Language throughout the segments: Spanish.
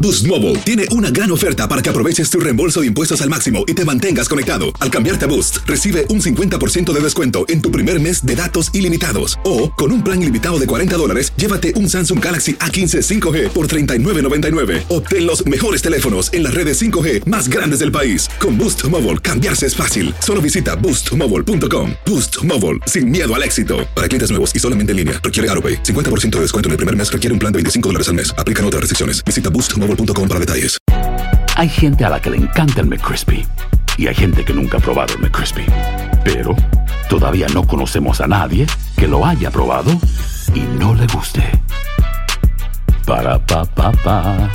Boost Mobile tiene una gran oferta para que aproveches tu reembolso de impuestos al máximo y te mantengas conectado. Al cambiarte a Boost, recibe un 50% de descuento en tu primer mes de datos ilimitados. O, con un plan ilimitado de $40, llévate un Samsung Galaxy A15 5G por $39.99. Obtén los mejores teléfonos en las redes 5G más grandes del país. Con Boost Mobile, cambiarse es fácil. Solo visita boostmobile.com. Boost Mobile, sin miedo al éxito. Para clientes nuevos y solamente en línea, requiere AutoPay. 50% de descuento en el primer mes requiere un plan de $25 al mes. Aplican otras restricciones. Visita boostmobile.com para detalles. Hay gente a la que le encanta el McCrispy y hay gente que nunca ha probado el McCrispy. Pero todavía no conocemos a nadie que lo haya probado y no le guste. Para pa pa pa.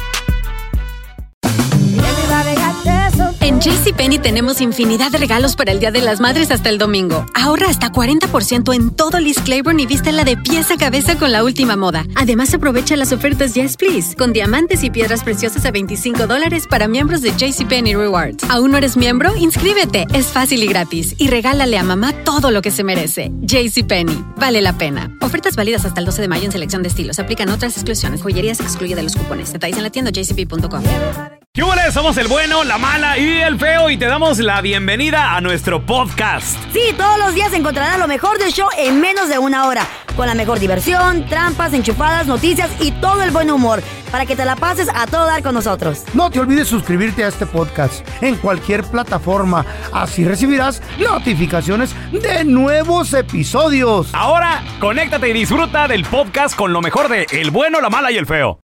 En JCPenney tenemos infinidad de regalos para el Día de las Madres hasta el domingo. Ahorra hasta 40% en todo Liz Claiborne y vístela de pies a cabeza con la última moda. Además, aprovecha las ofertas Yes Please, con diamantes y piedras preciosas a $25 para miembros de JCPenney Rewards. ¿Aún no eres miembro? Inscríbete. Es fácil y gratis. Y regálale a mamá todo lo que se merece. JCPenney. Vale la pena. Ofertas válidas hasta el 12 de mayo en selección de estilos. Aplican otras exclusiones. Joyería se excluye de los cupones. Detalles en la tienda jcp.com. ¿Qué hubo? Somos el bueno, la mala y el feo y te damos la bienvenida a nuestro podcast. Sí, todos los días encontrarás lo mejor del show en menos de una hora. Con la mejor diversión, trampas, enchufadas, noticias y todo el buen humor. Para que te la pases a todo dar con nosotros. No te olvides suscribirte a este podcast en cualquier plataforma. Así recibirás notificaciones de nuevos episodios. Ahora, conéctate y disfruta del podcast con lo mejor de El bueno, la mala y el feo.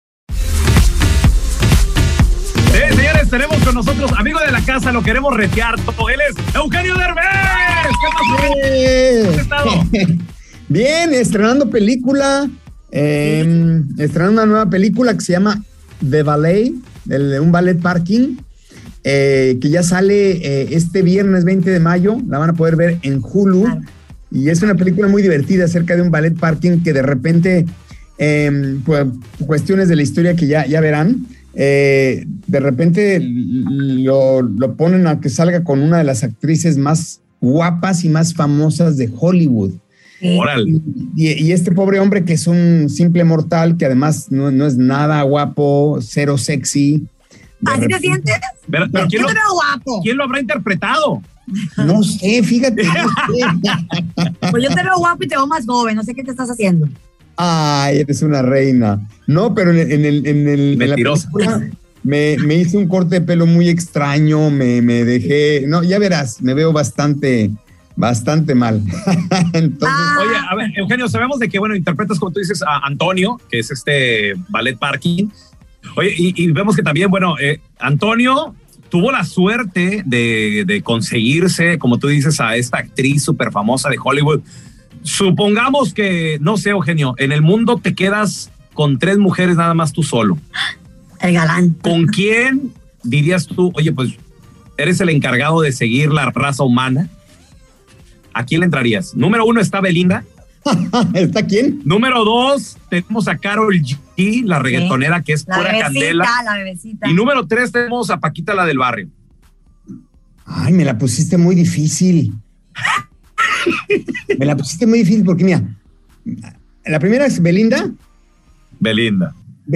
Señores, tenemos con nosotros, amigo de la casa, lo queremos retear todo. Él es Eugenio Derbez. ¿Qué pasó? ¿Cómo has estado? Bien, estrenando película. Estrenando una nueva película que se llama The Ballet, un ballet parking, que ya sale este viernes 20 de mayo. La van a poder ver en Hulu. Claro. Y es una película muy divertida acerca de un ballet parking que de repente, por cuestiones de la historia que ya verán, de repente lo ponen a que salga con una de las actrices más guapas y más famosas de Hollywood. Y este pobre hombre que es un simple mortal, que además no es nada guapo, cero sexy. ¿Así te sientes? Pero ¿quién lo habrá interpretado? No sé, fíjate. Pues yo te veo guapo y te veo más joven, no sé qué te estás haciendo. Ay, eres una reina. No, pero en la película me hice un corte de pelo muy extraño, me dejé... No, ya verás, me veo bastante mal. Entonces, oye, a ver, Eugenio, sabemos de que, bueno, interpretas, como tú dices, a Antonio, que es este ballet parking. Oye, y vemos que también, bueno, Antonio tuvo la suerte de conseguirse, como tú dices, a esta actriz súper famosa de Hollywood. Supongamos que, no sé, Eugenio, en el mundo te quedas con 3 mujeres nada más tú solo. El galán. ¿Con quién dirías tú, oye, pues, eres el encargado de seguir la raza humana? ¿A quién le entrarías? Número 1 está Belinda. ¿Está quién? Número 2 tenemos a Karol G, la reggaetonera, que es pura candela. La bebecita. Y número 3 tenemos a Paquita, la del barrio. Ay, me la pusiste muy difícil. Me la pusiste muy difícil porque, mira, la primera es Belinda. Belinda,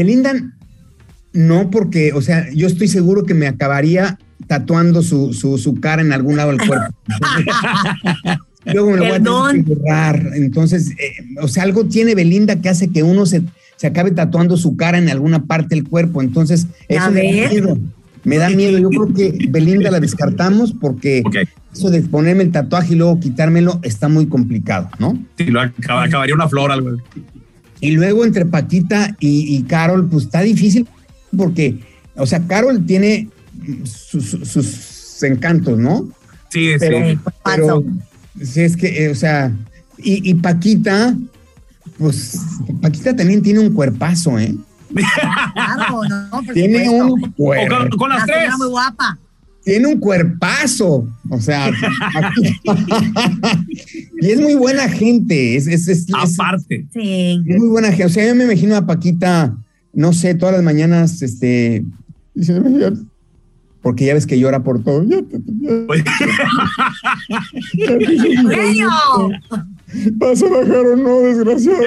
no, porque, o sea, yo estoy seguro que me acabaría tatuando su cara en algún lado del cuerpo. Luego me lo voy a tener que borrar. Entonces, o sea, algo tiene Belinda que hace que uno se acabe tatuando su cara en alguna parte del cuerpo. Entonces, eso me da miedo. Me da miedo. Yo creo que Belinda la descartamos porque eso de ponerme el tatuaje y luego quitármelo está muy complicado, ¿no? Sí, lo acabaría una flor, algo. Y luego entre Paquita y Karol, pues está difícil porque, o sea, Karol tiene sus encantos, ¿no? Sí, pero sí, es que, o sea, y Paquita, pues Paquita también tiene un cuerpazo, ¿eh? Claro, no, tiene un cuerpazo. Con las 3. Muy guapa. Tiene un cuerpazo, o sea, y es muy buena gente, aparte. Sí. Es muy buena gente, o sea, yo me imagino a Paquita, no sé, todas las mañanas, porque ya ves que llora por todo. ¿Vas a bajar o no, desgraciado?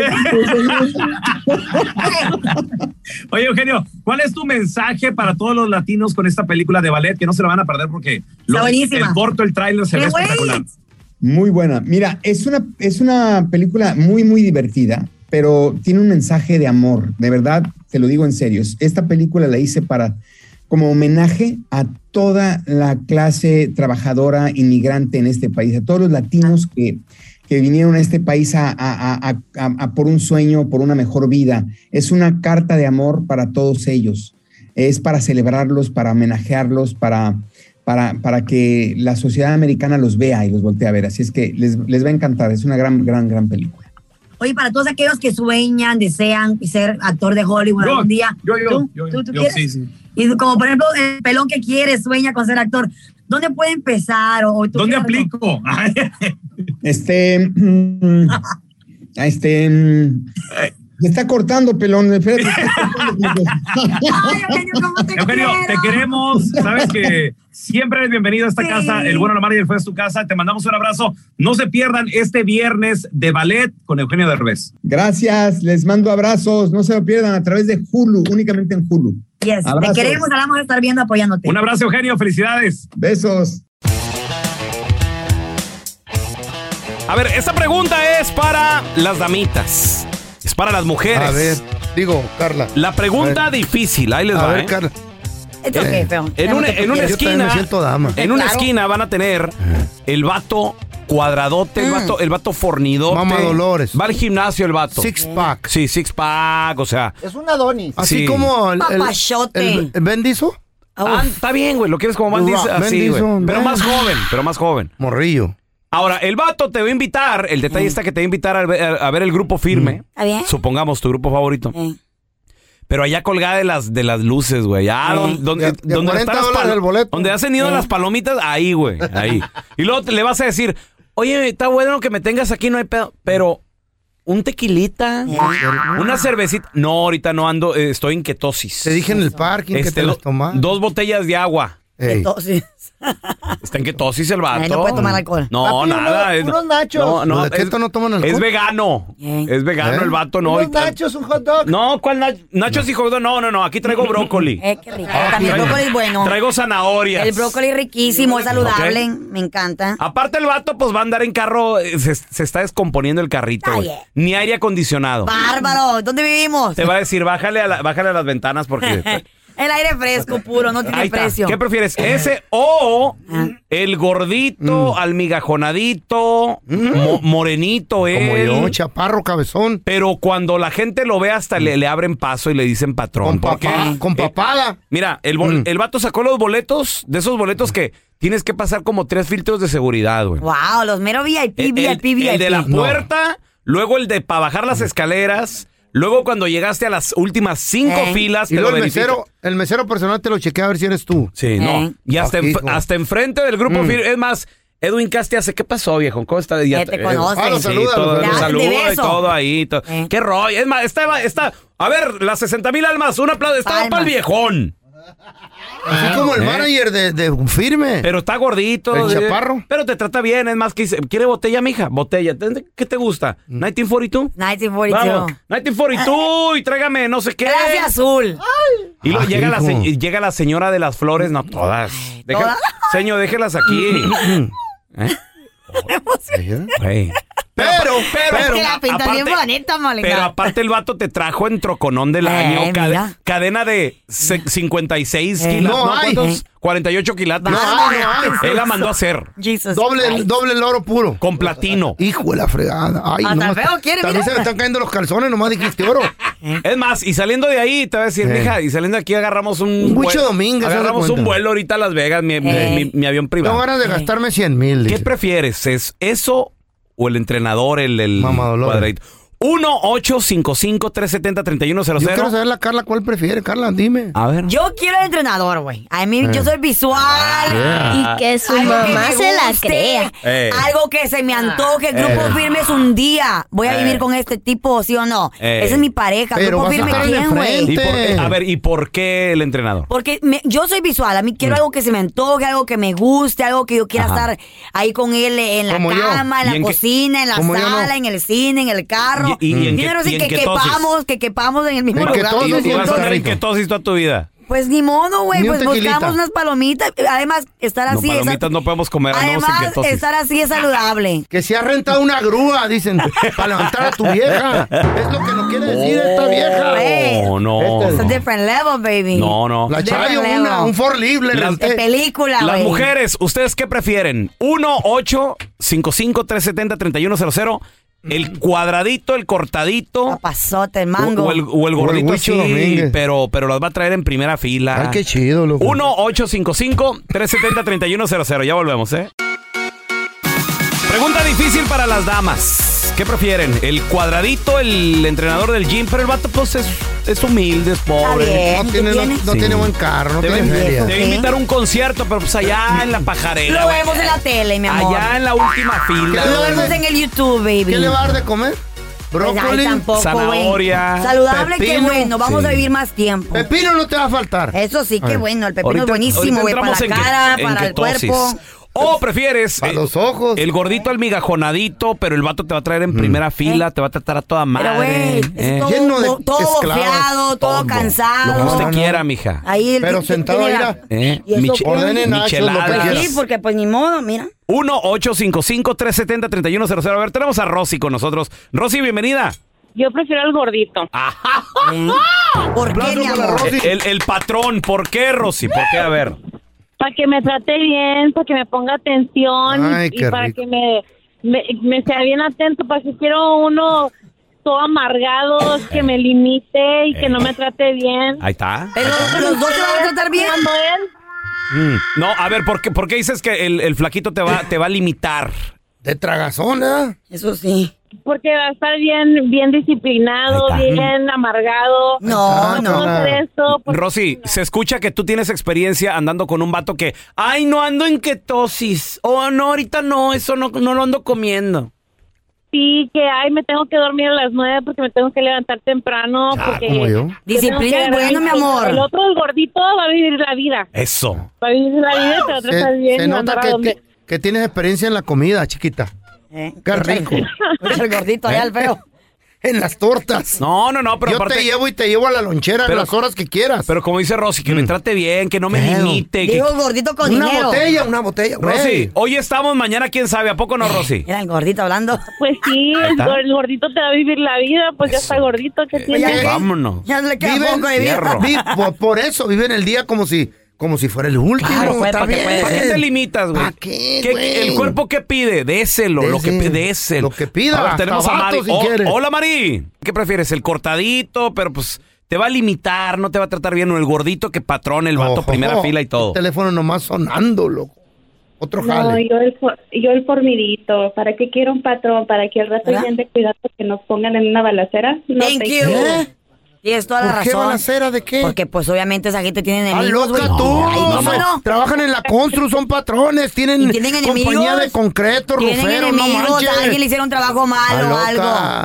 Oye, Eugenio, ¿cuál es tu mensaje para todos los latinos con esta película de ballet? Que no se la van a perder porque el corto, el tráiler se ve espectacular. Muy buena. Mira, es una película muy, muy divertida, pero tiene un mensaje de amor. De verdad, te lo digo en serio. Esta película la hice como homenaje a toda la clase trabajadora inmigrante en este país, a todos los latinos que vinieron a este país a por un sueño, por una mejor vida. Es una carta de amor para todos ellos. Es para celebrarlos, para homenajearlos, para que la sociedad americana los vea y los voltee a ver. Así es que les va a encantar. Es una gran, gran, gran película. Oye, para todos aquellos que sueñan, desean ser actor de Hollywood algún día. ¿Tú quieres? Sí. Y como por ejemplo, el pelón que quiere, sueña con ser actor. ¿Dónde puede empezar? ¿Dónde aplico? Me está cortando, pelón. Espérate. Ay, Eugenio, ¿cómo te Eugenio, te queremos. Sabes que siempre eres bienvenido a esta casa. El bueno, la mala y el feo es tu casa. Te mandamos un abrazo. No se pierdan este viernes de ballet con Eugenio Derbez. Gracias. Les mando abrazos. No se lo pierdan a través de Hulu, únicamente en Hulu. Yes. Te queremos, la vamos a estar viendo, apoyándote. Un abrazo, Eugenio. Felicidades. Besos. A ver, esta pregunta es para las damitas. Es para las mujeres. A ver, Carla. La pregunta difícil, ahí les va. A ver, Carla. Feo. En una esquina, me siento dama. En una esquina van a tener el vato cuadradote, el vato fornidote. Mamá Dolores. Va al gimnasio el vato. Six pack. Sí, six pack, o sea. Es un Adonis. Así Sí. como Papachote. el Bendizo. Está bien, güey, lo quieres como Van Diesel, así, güey. Bendizo, Pero más joven. Morrillo. Ahora, el vato te va a invitar, el detalle está que te va a invitar a ver el grupo Firme. ¿Está bien? Supongamos tu grupo favorito. Pero allá colgada de las luces, güey. Donde están $40 boleto. donde hacen ido las palomitas, ahí, güey. Ahí. Y luego le vas a decir, oye, está bueno que me tengas aquí, no hay pedo. Pero un tequilita, una cervecita. No, ahorita no ando, estoy en ketosis. Te dije en el parking que te las tomas. 2 botellas de agua. Ketosis. Está en ketosis el vato. No puede tomar alcohol. No, Papi, nada. unos nachos. No, Los de keto no toman alcohol. es vegano. Es vegano el vato, no. Unos nachos, un hot dog. No, ¿cuál nachos y hot dog? No, aquí traigo brócoli. Qué rico. También el brócoli es bueno. Traigo zanahorias. El brócoli es riquísimo, es saludable. Me encanta. Aparte el vato pues va a andar en carro, se está descomponiendo el carrito, güey. Ni aire acondicionado. Bárbaro, ¿dónde vivimos? Te va a decir, bájale a las ventanas porque... El aire fresco, puro, no tiene Ahí está. precio. ¿Qué prefieres? ¿Ese o el gordito, almigajonadito, morenito Como él? yo, chaparro, cabezón. Pero cuando la gente lo ve hasta le abren paso y le dicen patrón. Con papada. Mira, el vato sacó los boletos, de esos boletos que tienes que pasar como 3 filtros de seguridad, güey. Wow, los mero VIP, El de la puerta, luego el de para bajar las escaleras, luego cuando llegaste a las últimas 5 filas, Y te luego lo el mesero personal te lo chequea a ver si eres tú. Sí, no. Y hasta enfrente del grupo es más, Edwin Castiase, ¿qué pasó, viejo? ¿Cómo está? Ya te conoce. Lo saluda. Lo saluda y beso. todo ahí. Qué rollo. Es más, está. A ver, las 60,000 almas, un aplauso. Estaba para el viejón. Así como el manager de Firme. Pero está gordito. El chaparro. Pero te trata bien. Es más, que dice, ¿quiere botella, mija? Botella. ¿Qué te gusta? ¿1942? 1942. Vamos. 1942 y tráigame no sé qué. Gracias, azul. Y luego llega la señora de las flores. No, todas. Señor, déjelas aquí. Hey. Pero que la pinta bien bonita, Molina. Pero aparte el vato te trajo en troconón del año, mira. cadena de 56 quilates. No hay. ¿Cuántos? 48 quilates. No hay. Él la mandó a hacer. Jesus Doble el oro puro. Con platino. Hijo de la fregada. Ay, Hasta nomás, feo quiere, también mira. se me están cayendo los calzones, nomás dijiste oro. Es más, y saliendo de ahí, te voy a decir, mija, y saliendo de aquí agarramos un Huicho Domínguez, agarramos haz de un cuenta. vuelo ahorita a Las Vegas, mi avión privado. Tengo ganas de gastarme 100,000. ¿Qué prefieres? ¿Es eso o el entrenador, el Mamá Dolores. cuadradito? 1-855-370-3100. Yo quiero saber la Carla cuál prefiere. Carla, dime. A ver. Yo quiero el entrenador, güey. A mí, yo soy visual. Y que su Algo que mamá me se la guste, crea. Algo que se me antoje. Grupo Firme es un día. Voy a vivir con este tipo, ¿sí o no? Esa es mi pareja. Pero Grupo vas a Firme, estar en el ¿quién, güey? frente. A ver, ¿y por qué el entrenador? Porque yo soy visual, a mí quiero algo que se me antoje, algo que me guste, algo que yo quiera estar ahí con él en la Como yo. cama, en ¿Y en la qué? cocina, en la Como yo sala, no. en el cine, en el carro. ¿Y en qué- Quiero decir y en que qué tosis? quepamos en el mismo ¿En qué lugar. tosis? ¿Y vas a está tener rico. que tosis toda tu vida? Pues ni modo, güey, Ni un pues tequilita. buscamos unas palomitas. Además, estar No, así palomitas no podemos comer, andamos en Además, ketosis. estar así es saludable. Que si has rentado una grúa, dicen, para levantar a tu vieja. Es lo que nos quiere decir esta vieja. Güey. No. It's a different level, baby. No. La Chayo, Different level. un Ford Libre. Las- De película, Las güey. mujeres, ¿ustedes qué prefieren? 1-855-370-3100. El cuadradito, el cortadito. Papazote, el mango. O el gordito Huicho así, Domínguez. pero las va a traer en primera fila. Ay, qué chido, loco. 1-855-370-3100. Ya volvemos, ¿eh? Pregunta difícil para las damas. ¿Qué prefieren? ¿El cuadradito, el entrenador del gym? Pero el vato, pues, es humilde, es pobre. Está bien. No tiene buen carro, no Te va tiene a feria. invitar a un concierto, pero pues allá en la pajarera. Lo güey. vemos en la tele, mi amor. Allá en la última fila. Lo güey. vemos en el YouTube, baby. ¿Qué le va a dar de comer? Pues, ay, Brócoli. tampoco, zanahoria, güey. Saludable, qué pepino. bueno. Vamos Sí. a vivir más tiempo. Pepino no te va a faltar. Eso sí, qué Ay. bueno. El pepino Ahorita- es buenísimo, ahorita güey. Para la entramos cara, en para el ketosis. cuerpo. O prefieres Para los ojos. el gordito almigajonadito, pero el vato te va a traer en primera fila, te va a tratar a toda madre. Pero, güey, es todo, Lleno de todo esclavos. bofeado, todo Lo que cansado. usted No, no. quiera, mija. Ahí el Pero que sentado tiene ahí, la- ¿Eh? ¿Y eso Miche- qué? Ordene nachos, lo que micheladas. quieras. Sí, porque pues ni modo, mira. 1-855-370-3100. A ver, tenemos a Rosy con nosotros. Rosy, bienvenida. Yo prefiero al gordito. ¿Por qué, mi para amor? Rosy. El patrón. ¿Por qué, Rosy? ¿Por qué? A ver. Para que me trate bien, para que me ponga atención Ay, y qué para rico. que me sea bien atento. Para que quiero uno todo amargado, que me limite y que no me trate bien. Ahí está. Pero los dos se van a tratar bien. Cuando él, No, a ver, ¿por qué dices que el flaquito te va a limitar? De tragazón, ¿eh? Eso sí. porque va a estar bien disciplinado, Ahí está. bien amargado. No, No hacer esto. Pues, Rosy, se escucha que tú tienes experiencia andando con un vato que, ay, no ando en ketosis. O no, ahorita no, eso no lo ando comiendo. sí, que ay, me tengo que dormir a las 9 porque me tengo que levantar temprano. Porque como yo. Disciplina es bueno, mi amor. El otro, el gordito, va a vivir la vida. Eso. Va a vivir la vida y te va a tratar bien. Se y va a nota andar a que, donde- que tienes experiencia en la comida, chiquita. Qué rico. El gordito allá, el feo. En las tortas. No, pero Yo aparte... te llevo y te llevo a la lonchera Pero- las horas que quieras. Pero como dice Rosy, que me trate bien, que no me Claro. limite. que- Digo gordito con una dinero. botella, güey. Rosy, hoy estamos, mañana quién sabe. ¿A poco no, Rosy? Era el gordito hablando. Pues sí, el gordito te va a vivir la vida, pues ya está gordito, que tiene. ya- Vámonos. Ya le queda Viven- poco de vida. Fierro. por eso viven el día como si fuera el último. Claro, pues, Está ¿para qué bien. ¿Para qué te limitas, güey? ¿Para qué, güey? ¿El cuerpo qué pide? Déselo, lo que Déselo. déselo. Lo que pida, A ver, hasta tenemos a vato, Mari. si quiere. Hola, Mari. ¿Qué prefieres? ¿El cortadito, pero pues te va a limitar, no te va a tratar bien? ¿O el gordito que patrón, el vato, Ojo, primera fila y todo? El teléfono nomás sonando, loco. Otro No, jale. yo el formidito. ¿Para qué quiero un patrón? ¿Para que el rato ¿Verdad? bien de cuidado que nos pongan en una balacera? No Thank te- you. Tienes toda la ¿Por qué razón. balacera? ¿De qué? Porque pues obviamente esa gente tiene ¡Ah, enemigos, loca güey. tú! Ay, ¿cómo no? Trabajan en la constru, son patrones, tienen, Y tienen enemigos. compañía de concreto, Tienen roferos, no enemigos, manches. a alguien le hicieron trabajo malo o algo.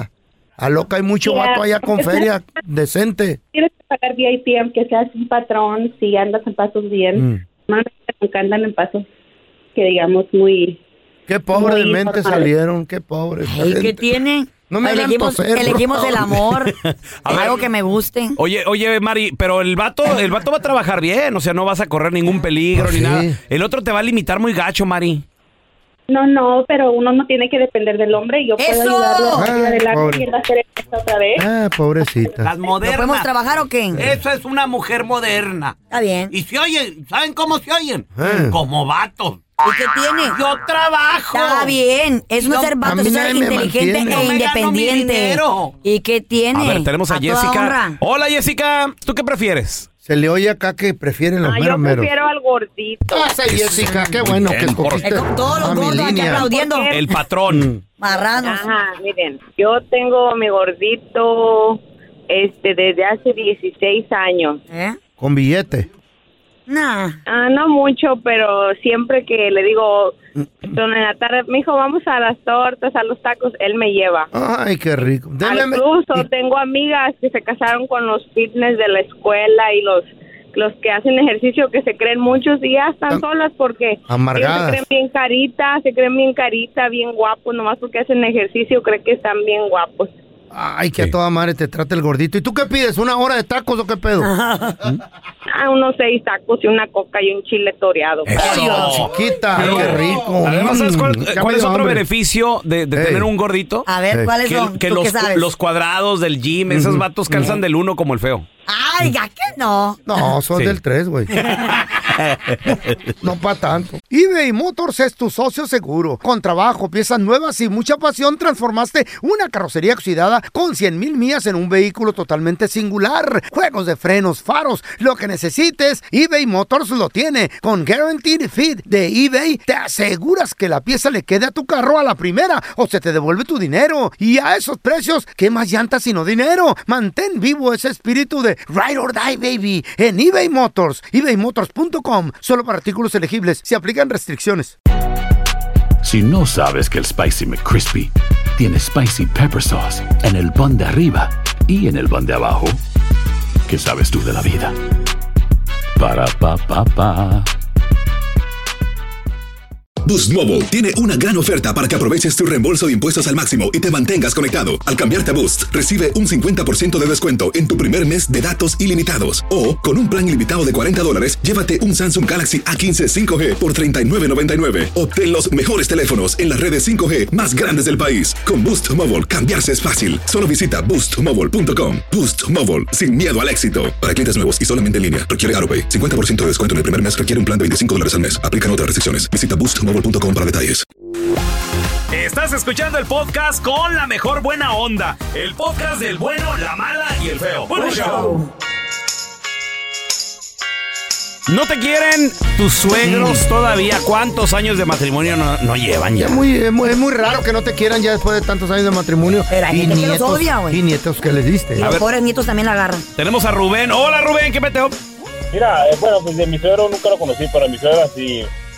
A loca, hay mucho Sí, vato allá con feria decente. Tienes que pagar VIP aunque seas un patrón si andas en pasos bien. Normalmente nunca andan en pasos que digamos muy... Qué pobre de Muy mente normal. salieron, qué pobres. ¿Y qué tiene? No me hagan elegimos, toser, por elegimos el favor. amor, A ver. algo que me guste. Oye, Mari, pero el vato va a trabajar bien, o sea, no vas a correr ningún peligro Pues ni sí. nada. El otro te va a limitar muy gacho, Mari. No, pero uno no tiene que depender del hombre. Yo puedo ¡Eso! ayudarlo a salir Ay, adelante pobre. y él va a hacer esto otra vez. Ah, pobrecita. ¿No podemos trabajar o qué? Eso es una mujer moderna. Está bien. Y se oyen, ¿saben cómo se oyen? Eh. Como vatos. ¿Y qué tiene? Yo trabajo. Está bien. Es un ser vato, es un ser inteligente e independiente. ¿Y qué tiene? A ver, tenemos a Jessica. Hola, Jessica. ¿Tú qué prefieres? Se le oye acá que prefieren los yo meros. prefiero al gordito. Jessica, qué bueno que escogiste. Todos los gordos aquí aplaudiendo. El patrón. Marranos. Ajá, miren, yo tengo a mi gordito desde hace 16 años. Con billete. Nah. No mucho, pero siempre que le digo, en la tarde, mijo, vamos a las tortas, a los tacos, él me lleva. Ay, qué rico. Incluso tengo amigas que se casaron con los fitness de la escuela y los que hacen ejercicio, que se creen muchos y ya están solas porque amargadas. Ellos se creen bien carita, bien guapos, nomás porque hacen ejercicio creen que están bien guapos. Ay, que a toda madre te trata el gordito. ¿Y tú qué pides? ¿1 hora de tacos o qué pedo? Unos 6 tacos y una coca y un chile toreado. Eso, chiquita, qué rico. Además, ¿sabes cuál es otro beneficio de tener un gordito? A ver, ¿cuáles son? Que los cuadrados del gym, esos vatos calzan del 1 como el feo. Ay, ya que no. No, son del 3, güey. No para tanto. eBay Motors es tu socio seguro. Con trabajo, piezas nuevas y mucha pasión, transformaste una carrocería oxidada con 100,000 millas en un vehículo totalmente singular. Juegos de frenos, faros, lo que necesites, eBay Motors lo tiene. Con Guaranteed Fit de eBay, te aseguras que la pieza le quede a tu carro a la primera o se te devuelve tu dinero. Y a esos precios, ¿qué más llantas sino dinero? Mantén vivo ese espíritu de Ride or Die, baby, en eBay Motors. ebaymotors.com. Solo para artículos elegibles. Se aplican restricciones. Si no sabes que el Spicy McCrispy tiene Spicy Pepper Sauce en el pan de arriba y en el pan de abajo, ¿qué sabes tú de la vida? Para, pa, pa, pa. Boost Mobile tiene una gran oferta para que aproveches tu reembolso de impuestos al máximo y te mantengas conectado. Al cambiarte a Boost, recibe un 50% de descuento en tu primer mes de datos ilimitados. O, con un plan ilimitado de $40, llévate un Samsung Galaxy A15 5G por $39.99. Obtén los mejores teléfonos en las redes 5G más grandes del país. Con Boost Mobile, cambiarse es fácil. Solo visita boostmobile.com. Boost Mobile, sin miedo al éxito. Para clientes nuevos y solamente en línea, requiere AutoPay. 50% de descuento en el primer mes requiere un plan de $25 al mes. Aplican otras restricciones. Visita boostmobile.com para detalles. Estás escuchando el podcast con la mejor buena onda. El podcast del bueno, la mala y el feo. ¡Buen show! ¿No te quieren tus suegros todavía? ¿Cuántos años de matrimonio no llevan ya? Es muy raro que no te quieran ya después de tantos años de matrimonio. Pero hay gente que los odia, güey. Y nietos que les diste. Y los pobres nietos también la agarran. Tenemos a Rubén. Hola, Rubén, ¿qué meteo? Mira, bueno, pues de mi suegro nunca lo conocí, pero mi suegra sí...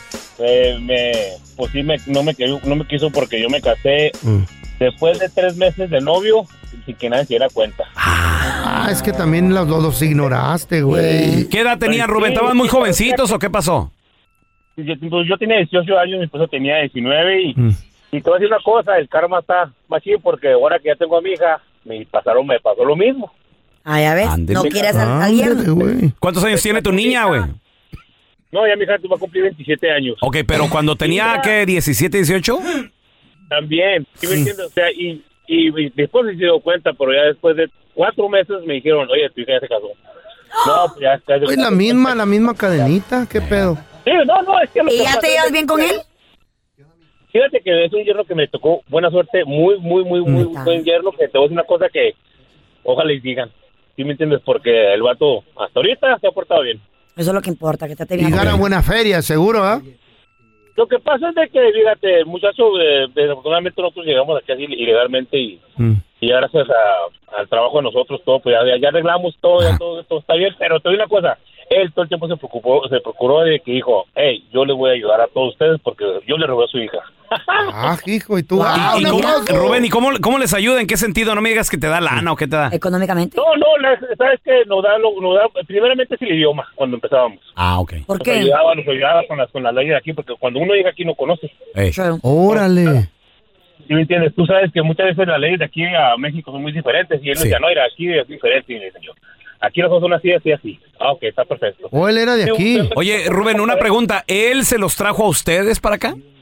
no me quiso porque yo me casé después de 3 meses de novio sin que nadie se diera cuenta. Es que también los ignoraste, güey. ¿Qué edad tenía, Rubén? ¿Estaban muy jovencitos o qué pasó? Yo tenía 18 años, mi esposa tenía 19 y te voy a decir una cosa, el karma está más chido porque ahora que ya tengo a mi hija, me pasó lo mismo. Ah, ya ves, no quieres alguien. ¿Cuántos años tiene tu niña, güey? No, ya mi hija va a cumplir 27 años. Ok, pero cuando tenía, ¿qué? ¿17, 18? También, ¿sí me entiendes? O sea, y después se dio cuenta, pero ya después de 4 meses me dijeron, oye, tu hija ya se casó. No, pues ya está. Es la misma cadenita, ¿qué pedo? Sí, no, es que... ¿Y ya te llevas bien con él? Fíjate que es un yerno que me tocó, buena suerte, muy buen yerno, que te voy a decir una cosa que ojalá les digan. ¿Sí me entiendes? Porque el vato hasta ahorita se ha portado bien. Eso es lo que importa, que esté bien. Y gana buena feria, seguro, ¿ah? Lo que pasa es de que, fíjate, el muchacho, desafortunadamente nosotros llegamos aquí así ilegalmente y gracias al trabajo de nosotros, todo, pues ya arreglamos todo, ya todo está bien, pero te doy una cosa, él todo el tiempo se procuró de que dijo, hey, yo le voy a ayudar a todos ustedes porque yo le robé a su hija. Hijo, y tú... Rubén, ¿y cómo les ayuda? ¿En qué sentido? No me digas que te da lana o qué te da. ¿Económicamente? No, sabes que nos da primeramente es el idioma cuando empezábamos. Ok. ¿Por qué? Nos ayudaba con la ley de aquí, porque cuando uno llega aquí no conoce. Órale. ¿Sí me entiendes? Tú sabes que muchas veces las leyes de aquí a México son muy diferentes y él decía, no, aquí es diferente, y señor. Aquí las cosas son así. Ok, está perfecto. Él era de aquí. Oye, Rubén, una pregunta. ¿Él se los trajo a ustedes para acá?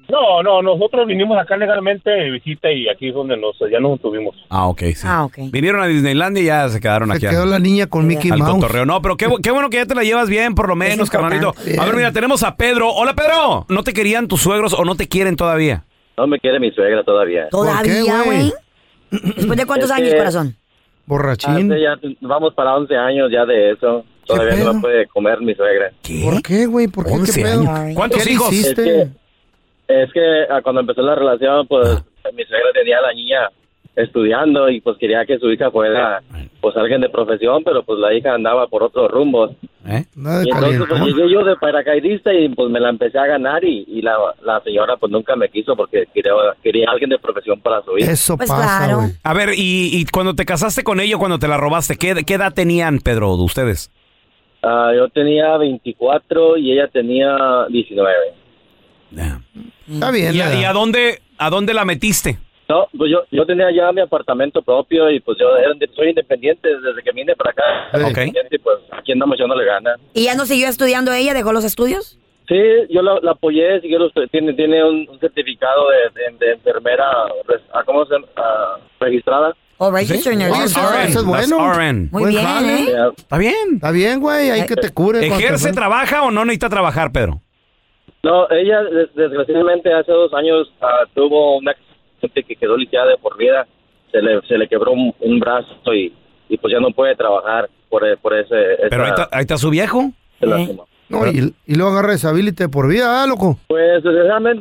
No, nosotros vinimos acá legalmente de visita y aquí es donde ya nos tuvimos. Ok, sí. Vinieron a Disneylandia y ya se quedaron aquí. Se quedó la niña con Mickey al Mouse. Cotorreo. No, pero qué bueno que ya te la llevas bien, por lo menos, carnalito. A ver, mira, tenemos a Pedro. Hola, Pedro. ¿No te querían tus suegros o no te quieren todavía? No me quiere mi suegra todavía. ¿Todavía, güey? ¿Después de cuántos años, corazón? Borrachín. Ya vamos para 11 años ya de eso. Todavía no me puede comer mi suegra. ¿Por qué, güey? ¿Por qué? ¿Qué pedo? ¿Cuántos hijos? hiciste? Es que cuando empezó la relación, pues mi suegra tenía a la niña estudiando y pues quería que su hija fuera pues alguien de profesión, pero pues la hija andaba por otros rumbos. Y entonces pues llegué yo de paracaidista y pues me la empecé a ganar y la señora pues nunca me quiso porque quería alguien de profesión para su hija. Eso Pues pasa, claro. güey. A ver, y cuando te casaste con ella, cuando te la robaste, ¿qué edad tenían, Pedro, de ustedes? Yo tenía 24 y ella tenía 19. Está bien. ¿Y a dónde la metiste? No, pues yo tenía ya mi apartamento propio y pues yo soy independiente desde que vine para acá. Ok. Y pues aquí andamos echándole ganas. ¿Y ya no siguió estudiando ella? ¿Dejó los estudios? Sí, yo la apoyé, tiene un certificado de enfermera, ¿cómo se llama? Registrada. ¿O registered nurse? Eso es bueno. RN. Muy bien, ¿eh? Está bien. Está bien, güey. Hay que te cure. ¿Ejerce, trabaja o no necesita trabajar, Pedro? No, ella desgraciadamente hace 2 años tuvo un accidente que quedó lisiada de por vida. Se le quebró un brazo y pues ya no puede trabajar por ese... Pero ahí está su viejo. No, y luego agarra disability por vida, loco. Pues desgraciadamente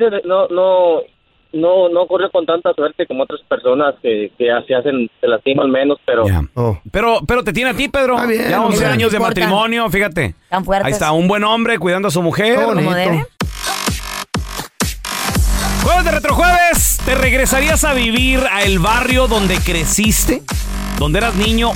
no corre con tanta suerte como otras personas que se lastiman menos, pero... Pero te tiene a ti, Pedro. bien, ya 11 no años de importa. matrimonio, fíjate. Tan fuertes. Ahí está, un buen hombre cuidando a su mujer. Como debe. Jueves de Retrojueves, ¿te regresarías a vivir a el barrio donde creciste? Donde eras niño.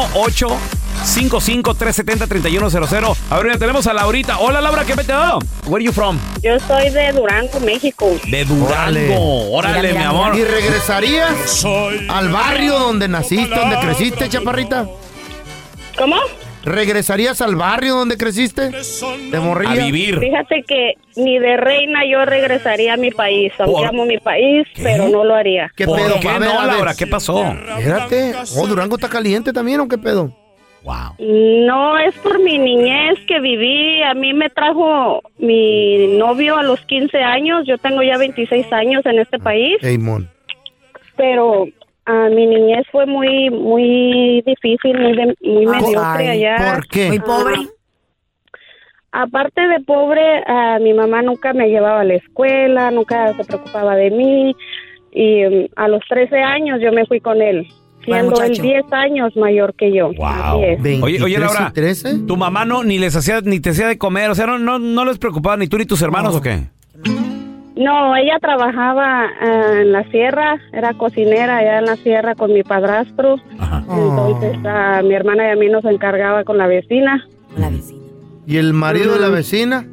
1-855-370-3100. A ver, ya tenemos a Laurita. Hola, Laura, ¿qué me te da? Where are you from? Yo soy de Durango, México. De Durango. Órale, mi amor. ¿Y regresarías al barrio donde naciste, donde creciste, chaparrita? ¿Cómo? ¿Regresarías al barrio donde creciste? ¿De morrilla? A vivir. Fíjate que ni de reina yo regresaría a mi país. Aunque ¿Por amo mi país, qué? pero no lo haría. ¿Qué ¿Por pedo? qué A ver, no, a ver. Laura? ¿Qué pasó? Espérate. Durango está caliente también, ¿o qué pedo? Wow. No, es por mi niñez que viví. A mí me trajo mi novio a los 15 años. Yo tengo ya 26 años en este país. Hey, mon. Pero mi niñez fue muy difícil, muy mediocre allá. ¿Por qué? Muy pobre. Aparte de pobre, mi mamá nunca me llevaba a la escuela, nunca se preocupaba de mí. Y a los 13 años yo me fui con él, siendo él 10 años mayor que yo. Wow. Así es. Oye, Laura, 13? ¿tu mamá ni te hacía de comer? O sea, no les preocupaba ni tú ni tus hermanos, ¿o qué? No, ella trabajaba en la sierra, era cocinera allá en la sierra con mi padrastro. Entonces mi hermana y a mí nos encargaba con la vecina. ¿Y el marido de la vecina?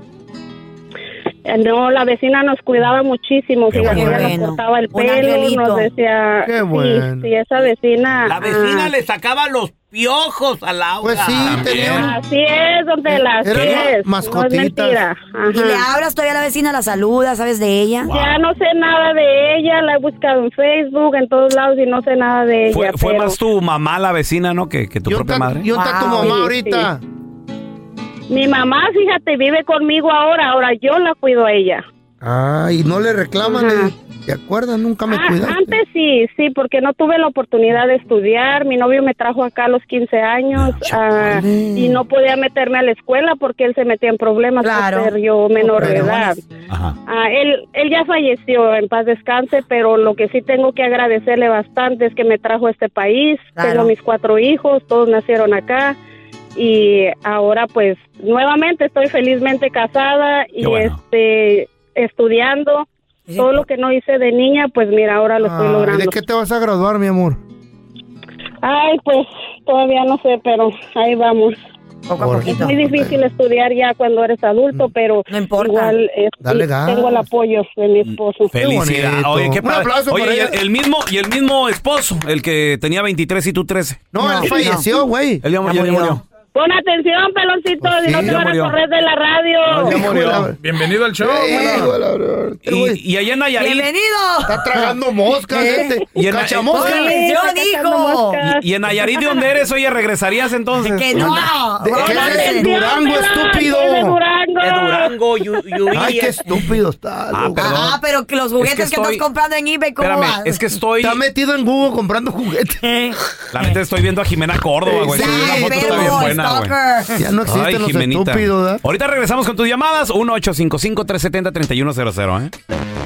No, la vecina nos cuidaba muchísimo. Qué Fíjate, bueno. ella nos cortaba el Un pelo, angelito. nos decía... Qué bueno. Sí, esa vecina... La vecina le sacaba los piojos a Laura. Pues sí, tenía Así es, donde las Eran es. mascotitas. No es mentira. Ajá. ¿Y le hablas todavía a la vecina, la saludas, sabes de ella? Ya no sé nada de ella, la he buscado en Facebook, en todos lados y no sé nada de ella. Fue pero más tu mamá la vecina, ¿no? Que tu propia madre. ¿Y dónde está tu mamá Sí, ahorita? mi mamá, fíjate, vive conmigo ahora yo la cuido a ella. Y no le reclaman. ¿Te acuerdas? Nunca me cuidaste. Antes sí, porque no tuve la oportunidad de estudiar. Mi novio me trajo acá a los 15 años y no podía meterme a la escuela porque él se metía en problemas por ser yo menor de edad. Él ya falleció, en paz descanse, pero lo que sí tengo que agradecerle bastante es que me trajo a este país. Tengo mis 4 hijos, todos nacieron acá. Y ahora pues nuevamente estoy felizmente casada y estudiando. Todo lo que no hice de niña, pues mira, ahora lo estoy logrando. ¿De qué te vas a graduar, mi amor? Ay, pues todavía no sé, pero ahí vamos. Poco a poquito. Es muy difícil estudiar ya cuando eres adulto, pero no importa. Igual Dale ganas. tengo el apoyo de mi esposo. Felicidad. Oye, qué Un aplauso para Oye, ella. el mismo esposo, el que tenía 23 y tú 13. No, él falleció, güey. Él ya murió. Pon atención, peloncito, Pues y no sí, te ya van murió. a correr de la radio. No, ya murió. Bienvenido al show. Y allá en Nayarit. ¡Bienvenido! Está tragando moscas, Y en- Cachamoscas. ¡Yo digo! Y en Nayarit, ¿de dónde eres? Oye, ¿regresarías entonces? ¡Que no! ¿Qué es de Durango, estúpido? Soy de Durango. De Durango, Ay, qué estúpido está. Ah, loco. perdón. Ah, pero que los juguetes Es que que estoy- estás comprando en eBay, ¿cómo Espérame, vas? es que estoy... Está metido en Google comprando juguetes. La neta estoy viendo a Jimena Córdoba, güey. Ya, Subí una foto, está perro, bien buena, güey. stalker. Ya no existen Ay, los Jimenita. estúpidos, ¿verdad? Ahorita regresamos con tus llamadas. 1-855-370-3100, ¿eh?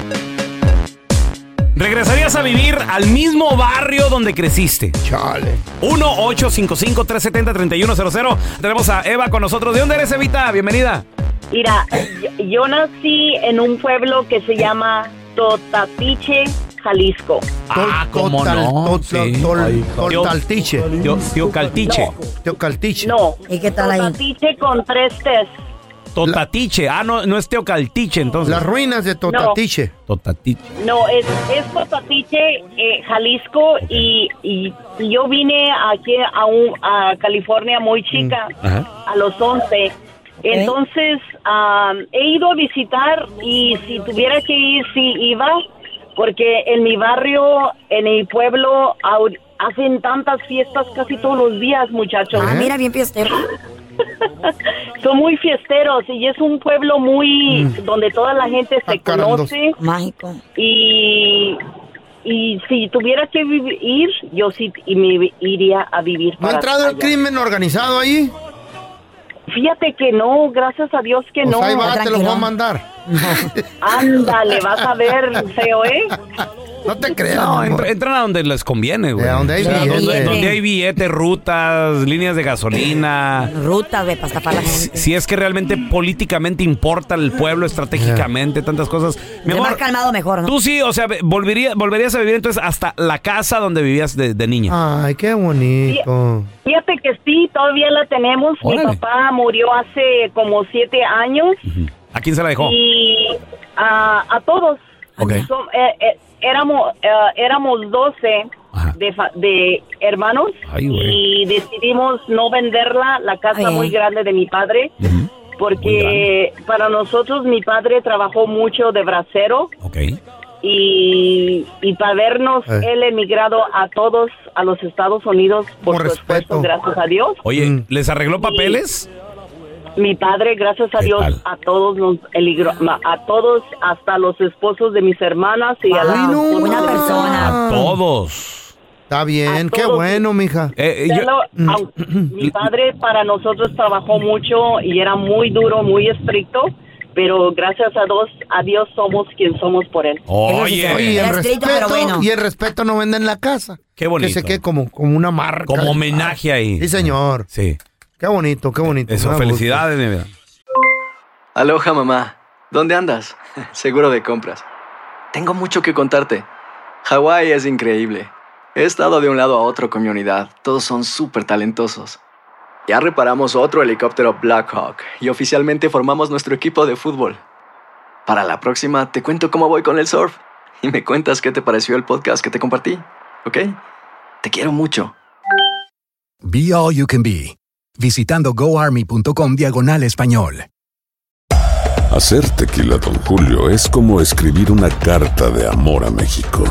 ¿Regresarías a vivir al mismo barrio donde creciste? Chale. 1-855-370-3100. Tenemos a Eva con nosotros. ¿De dónde eres, Evita? Bienvenida. Mira, yo nací en un pueblo que se llama Totatiche, Jalisco. Ah, ¿cómo no? Sí. Toltaltiche. Tío Caltiche. Teocaltiche. No, ¿Y qué tal ahí? Totatiche con 3 T's. Totatiche. Ah, no es Teocaltiche, entonces. Las ruinas de Totatiche. Totatiche. No, es Totatiche, Jalisco, y yo vine aquí a California muy chica, a los 11. Entonces, he ido a visitar y si tuviera que ir, sí iba, porque en mi barrio, en mi pueblo, hacen tantas fiestas casi todos los días, muchachos. Ah, mira, bien fiestero. Son muy fiesteros y es un pueblo muy donde toda la gente se conoce. Mágico. Y si tuviera que ir, yo sí me iría a vivir. ¿No ha para entrado el allá. crimen organizado ahí? Fíjate que no, gracias a Dios que Pues no. ahí va, te los voy a mandar. Ándale, vas a ver, feo, ¿eh? No te creas. No, mi amor. entran a donde les conviene, güey. De donde hay O sea, billete. donde hay billetes, rutas, líneas de gasolina. Rutas, güey, para estafar a la gente. Si es que realmente políticamente importa el pueblo estratégicamente, tantas cosas. Mi De amor, más calmado mejor, ¿no? tú sí, o sea, volverías a vivir entonces hasta la casa donde vivías de niña. Ay, qué bonito. Fíjate que sí, todavía la tenemos. Órale. Mi papá murió hace como 7 años. ¿A quién se la dejó? Y a todos. Ok. Éramos 12 de hermanos. Ay, güey. Y decidimos no venderla, la casa muy grande de mi padre, porque para nosotros mi padre trabajó mucho de bracero. Ok. Y para vernos, él emigrado a todos a los Estados Unidos por su esfuerzo, gracias a Dios. Oye, ¿les arregló papeles? Mi padre, gracias a Dios, a todos nos a todos, hasta los esposos de mis hermanas y a la Buena persona. A todos. Está bien, qué todos. bueno, mija. Mi padre para nosotros trabajó mucho y era muy duro, muy estricto, pero gracias a Dios somos quien somos por él. Oye, y el respeto no vende en la casa. Qué bonito. Que se quede como una marca. Como homenaje ahí. Sí, señor. Sí. Qué bonito, qué bonito. Eso, Me felicidades, mi vida. Aloha, mamá. ¿Dónde andas? Seguro de compras. Tengo mucho que contarte. Hawái es increíble. He estado de un lado a otro con mi unidad. Todos son súper talentosos. Ya reparamos otro helicóptero Blackhawk y oficialmente formamos nuestro equipo de fútbol. Para la próxima te cuento cómo voy con el surf y me cuentas qué te pareció el podcast que te compartí, ¿ok? Te quiero mucho. Be All You Can Be. Visitando goarmy.com/español. Hacer tequila Don Julio es como escribir una carta de amor a México.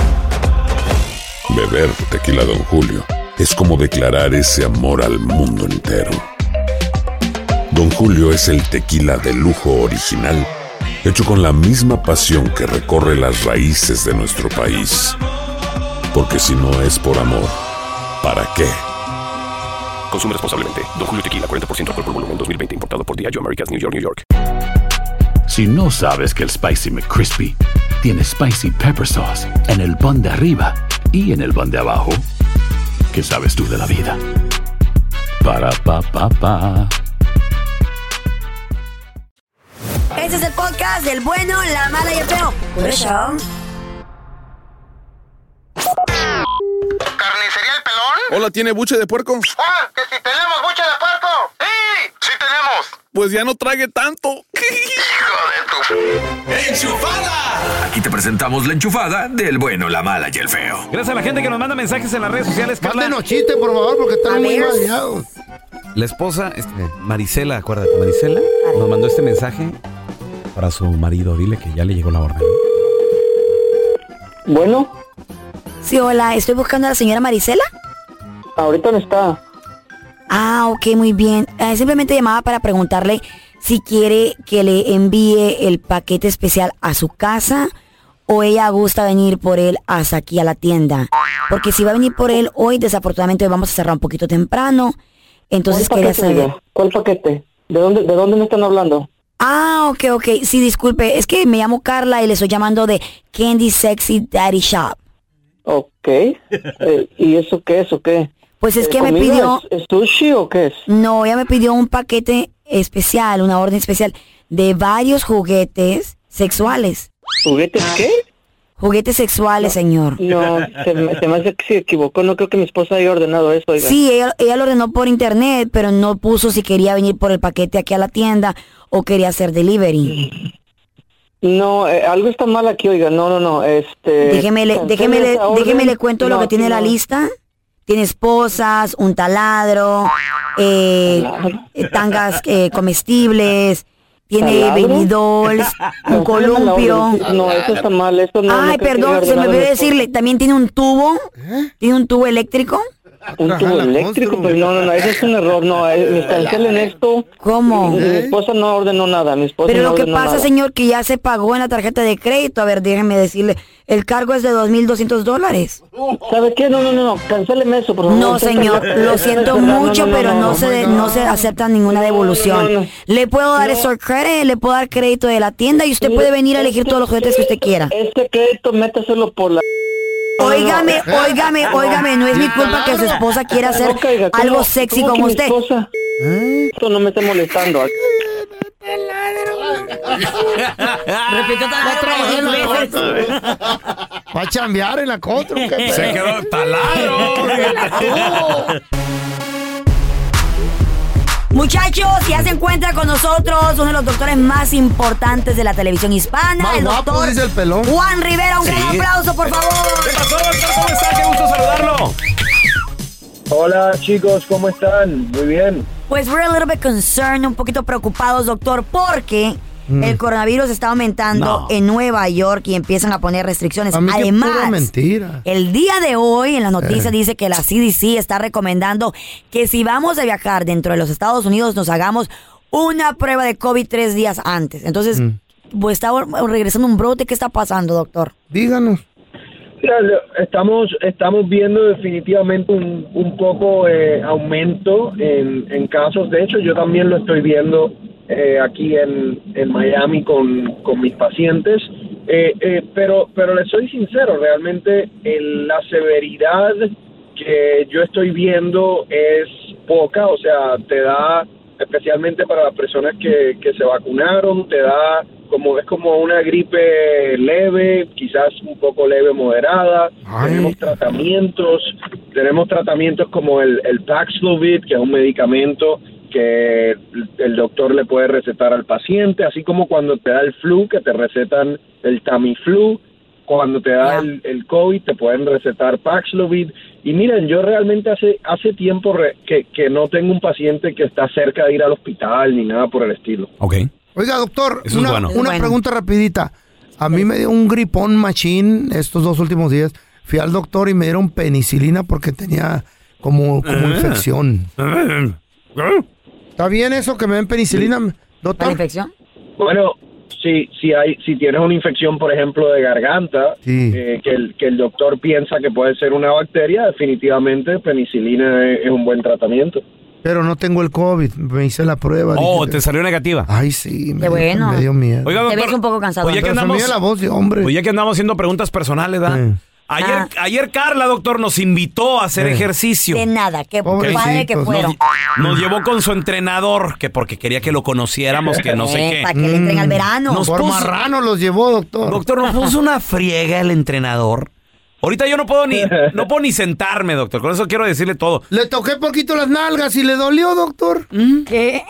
Beber tequila Don Julio es como declarar ese amor al mundo entero. Don Julio es el tequila de lujo original, hecho con la misma pasión que recorre las raíces de nuestro país. Porque si no es por amor, ¿para qué? Consume responsablemente. Don Julio Tequila, 40% alcohol por volumen, 2020. Importado por Diageo Americas, New York, New York. Si no sabes que el Spicy McCrispy tiene Spicy Pepper Sauce en el pan de arriba y en el pan de abajo, ¿qué sabes tú de la vida? Para, pa, pa, pa. Este es el podcast del bueno, la mala y el feo. Por eso. ¿Carnicería El Pelón? Hola, ¿tiene buche de puerco? ¡Ah! ¡Que si tenemos buche de puerco! ¡Sí! ¡Sí tenemos! Pues ya no trague tanto. ¡Hijo de tu... ¡Enchufada! Aquí te presentamos la enchufada del bueno, la mala y el feo. Gracias a la gente que nos manda mensajes en las redes sociales, Carla. Mándenos chistes, por favor, porque están muy mareados. La esposa, Marisela, acuérdate, Marisela nos mandó este mensaje para su marido. Dile que ya le llegó la orden. Bueno. Sí, hola, estoy buscando a la señora Marisela. Ahorita no está. Ah, ok, muy bien. Simplemente llamaba para preguntarle si quiere que le envíe el paquete especial a su casa o ella gusta venir por él hasta aquí a la tienda. Porque si va a venir por él hoy, desafortunadamente hoy vamos a cerrar un poquito temprano. Entonces quería saber. ¿Cuál paquete? ¿De dónde me están hablando? Ah, ok. Sí, disculpe. Es que me llamo Carla y le estoy llamando de Candy Sexy Daddy Shop. Ok. ¿Y eso qué es o qué? Pues es que me pidió... ¿Es sushi o qué es? No, ella me pidió un paquete especial, una orden especial de varios juguetes sexuales. ¿Juguetes qué? Juguetes sexuales, señor. No, se me hace que se equivocó. No creo que mi esposa haya ordenado eso, oiga. Sí, ella lo ordenó por internet, pero no puso si quería venir por el paquete aquí a la tienda o quería hacer delivery. No, algo está mal aquí, oiga. No. Déjeme le cuento lo que tiene la lista. Tiene esposas, un taladro, tangas comestibles, tiene baby dolls, un columpio. No, eso está mal, eso no. Ay, perdón, se me olvidó decirle, también tiene un tubo, tiene un tubo eléctrico. Un tubo eléctrico, pues no, eso es un error, no, cancelen esto. ¿Cómo? Mi esposa no ordenó nada, Pero lo que pasa, señor, que ya se pagó en la tarjeta de crédito. A ver, déjeme decirle, el cargo es de $2,200. ¿Sabe qué? No, cancéleme eso, por favor. No, señor, lo siento mucho, pero no se acepta ninguna devolución. Le puedo dar store credit, le puedo dar crédito de la tienda y usted puede venir a elegir todos los juguetes que usted quiera. Este crédito, métaselo por la... Óigame, no es mi culpa que su esposa quiera hacer algo sexy como usted. Esto no me está molestando. Repitió taladro. Va a chambear en la contra. Se quedó taladro. Muchachos, ya se encuentra con nosotros uno de los doctores más importantes de la televisión hispana, el doctor dice el pelón. Juan Rivera. Un gran aplauso, por favor. ¿Qué pasó, doctor? ¿Cómo está? Qué gusto saludarlo. Hola, chicos, ¿cómo están? Muy bien. Pues we're a little bit concerned, un poquito preocupados, doctor, porque el coronavirus está aumentando en Nueva York y empiezan a poner restricciones. Además, mentira. El día de hoy en las noticias dice que la CDC está recomendando que si vamos a viajar dentro de los Estados Unidos nos hagamos una prueba de COVID 3 días antes. Entonces, pues está regresando un brote. ¿Qué está pasando, doctor? Díganos. Estamos viendo definitivamente un poco aumento en casos. De hecho, yo también lo estoy viendo aquí en Miami con mis pacientes. Pero les soy sincero, realmente la severidad que yo estoy viendo es poca. O sea, te da, especialmente para las personas que se vacunaron, te da es como una gripe leve, quizás un poco leve, moderada. Tenemos tratamientos como el Paxlovid, que es un medicamento que el doctor le puede recetar al paciente, así como cuando te da el flu, que te recetan el Tamiflu. Cuando te da el COVID, te pueden recetar Paxlovid. Y miren, yo realmente hace tiempo que no tengo un paciente que está cerca de ir al hospital ni nada por el estilo. Okay. Oiga, doctor, Eso es bueno. una pregunta rapidita. A mí me dio un gripón machín estos 2 últimos días. Fui al doctor y me dieron penicilina porque tenía como infección. ¿Está bien eso que me den penicilina, doctor? ¿La infección? Bueno, si tienes una infección, por ejemplo, de garganta, que el doctor piensa que puede ser una bacteria, definitivamente penicilina es un buen tratamiento. Pero no tengo el COVID, me hice la prueba. ¿Te salió negativa? Ay, sí, me dio miedo. Oiga, doctor, te ves un poco cansado. Pues ya que andamos, la voz de hombre. Pues ya que andamos haciendo preguntas personales, ¿verdad? Ayer Carla, doctor, nos invitó a hacer ejercicio. De nada, qué padre que fueron. Nos llevó con su entrenador, que porque quería que lo conociéramos, que no sé qué. Para que le entren al verano. Por marrano los llevó, doctor. Doctor, nos puso una friega el entrenador. Ahorita yo no puedo ni sentarme, doctor. Con eso quiero decirle todo. Le toqué poquito las nalgas y le dolió, doctor. ¿Qué?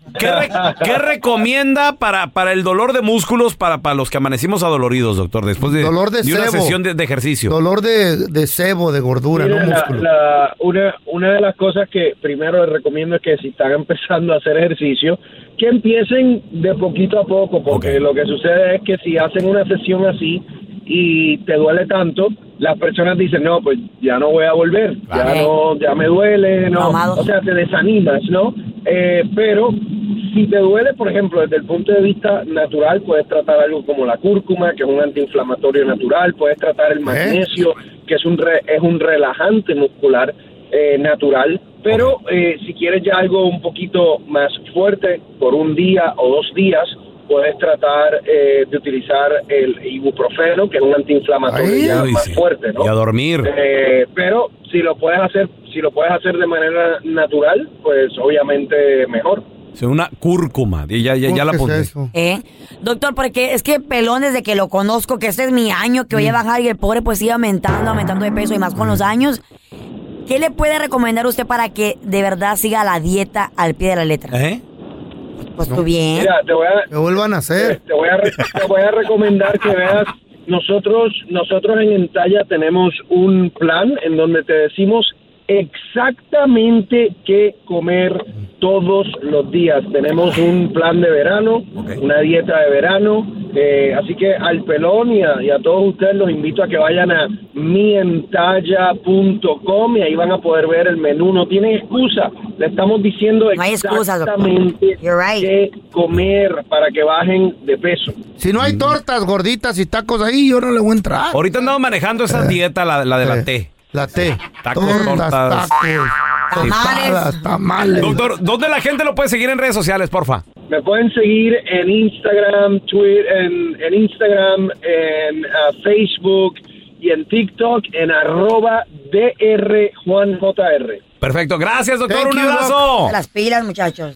¿Qué recomienda para el dolor de músculos para los que amanecimos adoloridos, doctor? Después de dolor de una sebo. sesión de ejercicio. Dolor de sebo, de gordura, Mira, no músculo. una de las cosas que primero les recomiendo es que si están empezando a hacer ejercicio, que empiecen de poquito a poco, porque lo que sucede es que si hacen una sesión así y te duele tanto, las personas dicen, no, pues ya no voy a volver, ya me duele, no, o sea, te desanimas, ¿no? Pero si te duele, por ejemplo, desde el punto de vista natural, puedes tratar algo como la cúrcuma, que es un antiinflamatorio natural, puedes tratar el magnesio, que es un relajante muscular natural, pero si quieres ya algo un poquito más fuerte, por un día o 2 días, puedes tratar de utilizar el ibuprofeno, que es un antiinflamatorio más fuerte, ¿no? Y a dormir. Pero si lo puedes hacer de manera natural, pues obviamente mejor. Una cúrcuma, ya la apunté. Doctor, porque es que Pelón, desde que lo conozco, que este es mi año, que voy a bajar y el pobre pues sigue aumentando de peso y más con los años. ¿Qué le puede recomendar usted para que de verdad siga la dieta al pie de la letra? Pues tú bien. Mira, que vuelvan a hacer. Te voy a recomendar que veas. Nosotros en Entalla tenemos un plan en donde te decimos exactamente qué comer todos los días. Tenemos un plan de verano, una dieta de verano, así que al Pelón y a todos ustedes los invito a que vayan a mientalla.com y ahí van a poder ver el menú. No tienen excusa, le estamos diciendo exactamente qué comer para que bajen de peso. Si no hay tortas gorditas y tacos ahí, yo no le voy a entrar. Ahorita andamos manejando esa dieta, la de la T. La T. Tacos, tortas, tamales. Doctor, ¿dónde la gente lo puede seguir en redes sociales, porfa? Me pueden seguir en Instagram, Twitter, en Instagram, en Facebook y en TikTok en @drjuanjr. Perfecto, gracias, doctor. Un abrazo. Las pilas, muchachos.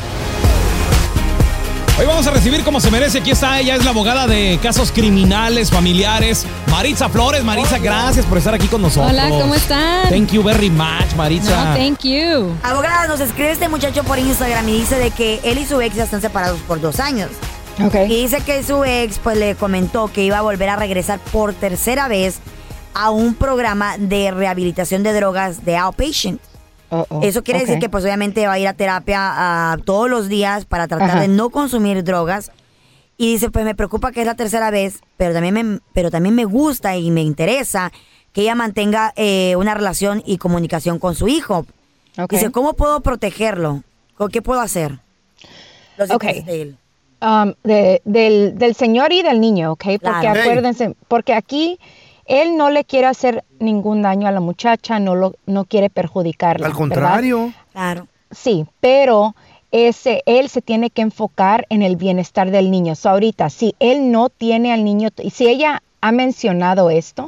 Hoy vamos a recibir como se merece. Aquí está, ella es la abogada de casos criminales, familiares, Maritza Flores. Maritza, gracias por estar aquí con nosotros. Hola, ¿cómo están? Thank you very much, Maritza. No, thank you. Abogada, nos escribe este muchacho por Instagram y dice de que él y su ex ya están separados por 2 años. Okay. Y dice que su ex pues le comentó que iba a volver a regresar por tercera vez a un programa de rehabilitación de drogas de outpatient. Eso quiere decir que pues obviamente va a ir a terapia todos los días para tratar de no consumir drogas. Y dice, pues me preocupa que es la tercera vez, pero también me gusta y me interesa que ella mantenga una relación y comunicación con su hijo. Dice, ¿cómo puedo protegerlo? ¿Qué puedo hacer? Los hijos de él. Del señor y del niño, ¿ok? Porque acuérdense, porque aquí él no le quiere hacer ningún daño a la muchacha, no quiere perjudicarla. Al contrario. ¿verdad? Claro. Sí, pero él se tiene que enfocar en el bienestar del niño. So, ahorita, si él no tiene al niño, y si ella ha mencionado esto,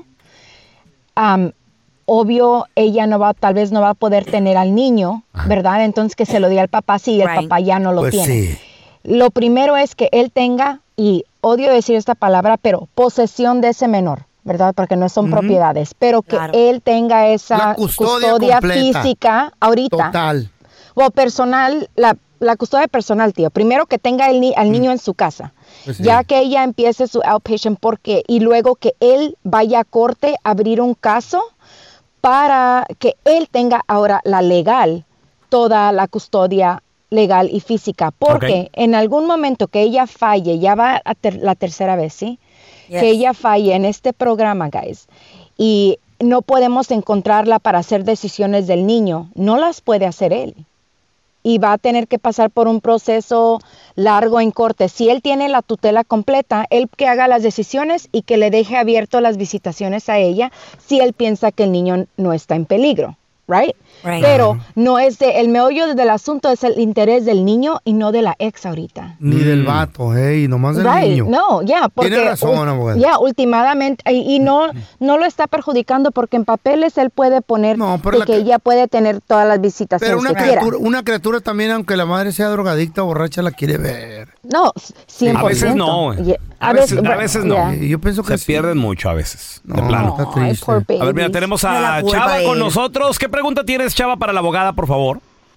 obvio, ella tal vez no va a poder tener al niño, ¿verdad? Entonces que se lo dé al papá si el papá ya no lo tiene. Sí. Lo primero es que él tenga, y odio decir esta palabra, pero posesión de ese menor, ¿verdad? Porque no son propiedades, pero que él tenga esa custodia física ahorita. Total. O personal, la custodia personal, tío. Primero que tenga al niño en su casa. Pues ya que ella empiece su outpatient, y luego que él vaya a corte a abrir un caso para que él tenga ahora la legal, toda la custodia legal y física. Porque en algún momento que ella falle, ya va a la tercera vez, ¿sí? Yes. Que ella falle en este programa, guys, y no podemos encontrarla para hacer decisiones del niño, no las puede hacer él. Y va a tener que pasar por un proceso largo en corte. Si él tiene la tutela completa, él que haga las decisiones y que le deje abierto las visitaciones a ella si él piensa que el niño no está en peligro. Right? Pero no es el meollo del asunto es el interés del niño y no de la ex ahorita. Ni del vato, nomás del niño. No, porque tiene razón, abogado. Últimamente, y no lo está perjudicando porque en papeles él puede poner que ella puede tener todas las visitaciones pero una criatura también, aunque la madre sea drogadicta o borracha, la quiere ver. No, 100%. A veces no. A veces no. Yo pienso que se pierden mucho a veces. De plano. Está triste. A ver, mira, tenemos a Chava con nosotros. ¿Qué pregunta tienes, Chava, para la abogada, por favor?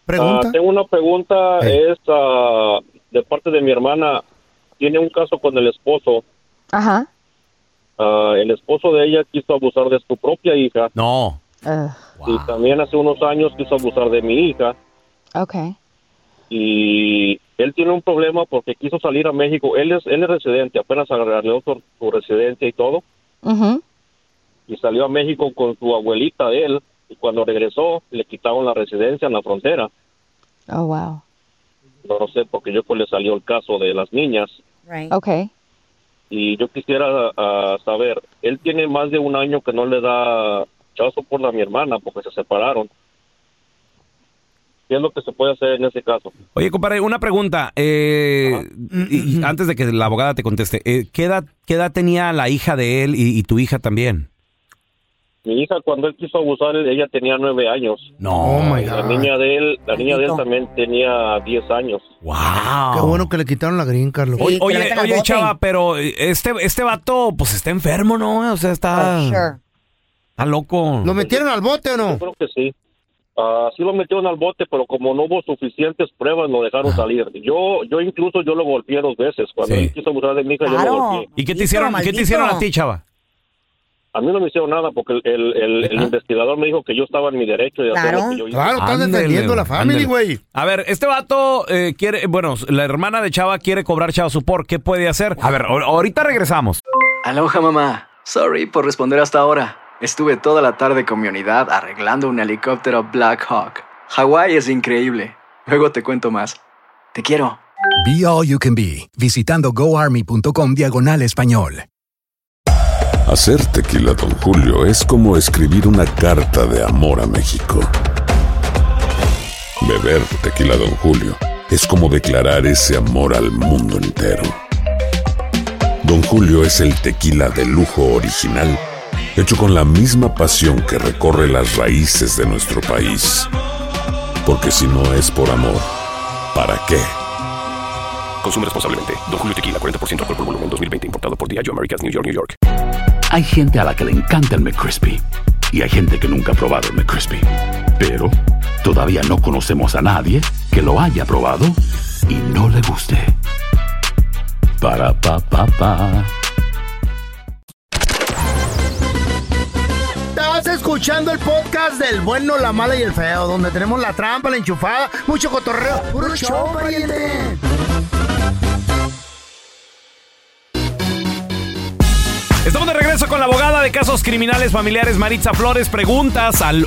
¿Pregunta? Tengo una pregunta, es de parte de mi hermana. Tiene un caso con el esposo. Ajá. El esposo de ella quiso abusar de su propia hija. No. Y también hace unos años quiso abusar de mi hija. Okay. Y él tiene un problema porque quiso salir a México. Él es residente, apenas arregló su residencia y todo. Uh-huh. Y salió a México con su abuelita de él. Y cuando regresó, le quitaron la residencia en la frontera. Oh, wow. No sé, porque yo pues le salió el caso de las niñas. Right. Okay. Y yo quisiera saber, él tiene más de un año que no le da child support a mi hermana porque se separaron. ¿Qué es lo que se puede hacer en ese caso? Oye, compadre, una pregunta. Y antes de que la abogada te conteste, ¿qué edad tenía la hija de él y tu hija también? Mi hija, cuando él quiso abusar, ella tenía 9 años. No. Oh, my La God. niña de él también tenía 10 años. Wow. Qué bueno que le quitaron la green, Carlos. Oye, chava, pero este vato, pues está enfermo, ¿no? O sea, está loco. ¿Lo metieron al bote o no? Yo creo que sí. Sí lo metieron al bote, pero como no hubo suficientes pruebas, lo dejaron salir. Yo incluso lo golpeé 2 veces. Cuando él quiso abusar de mi hija, yo lo golpeé. ¿Y qué te hicieron a ti, chava? A mí no me hicieron nada porque el investigador me dijo que yo estaba en mi derecho de hacer lo que yo hice. Claro, estás defendiendo la familia, güey. A ver, este vato quiere, la hermana de Chava quiere cobrar Chava Support. ¿Qué puede hacer? A ver, ahorita regresamos. Aloha, mamá. Sorry por responder hasta ahora. Estuve toda la tarde con mi unidad arreglando un helicóptero Black Hawk. Hawái es increíble. Luego te cuento más. Te quiero. Be All You Can Be, visitando goarmy.com/español. Hacer tequila Don Julio es como escribir una carta de amor a México. Beber tequila Don Julio es como declarar ese amor al mundo entero. Don Julio es el tequila de lujo original, hecho con la misma pasión que recorre las raíces de nuestro país. Porque si no es por amor, ¿para qué? Consume responsablemente. Don Julio Tequila, 40% alcohol por volumen, 2020. Importado por Diageo Americas, New York, New York. Hay gente a la que le encanta el McCrispy y hay gente que nunca ha probado el McCrispy. Pero todavía no conocemos a nadie que lo haya probado y no le guste. Para pa pa pa. Estás escuchando el podcast del bueno, la mala y el feo, donde tenemos la trampa, la enchufada, mucho cotorreo. ¡Puro show, pariente! Estamos de regreso con la abogada de casos criminales familiares, Maritza Flores. Preguntas al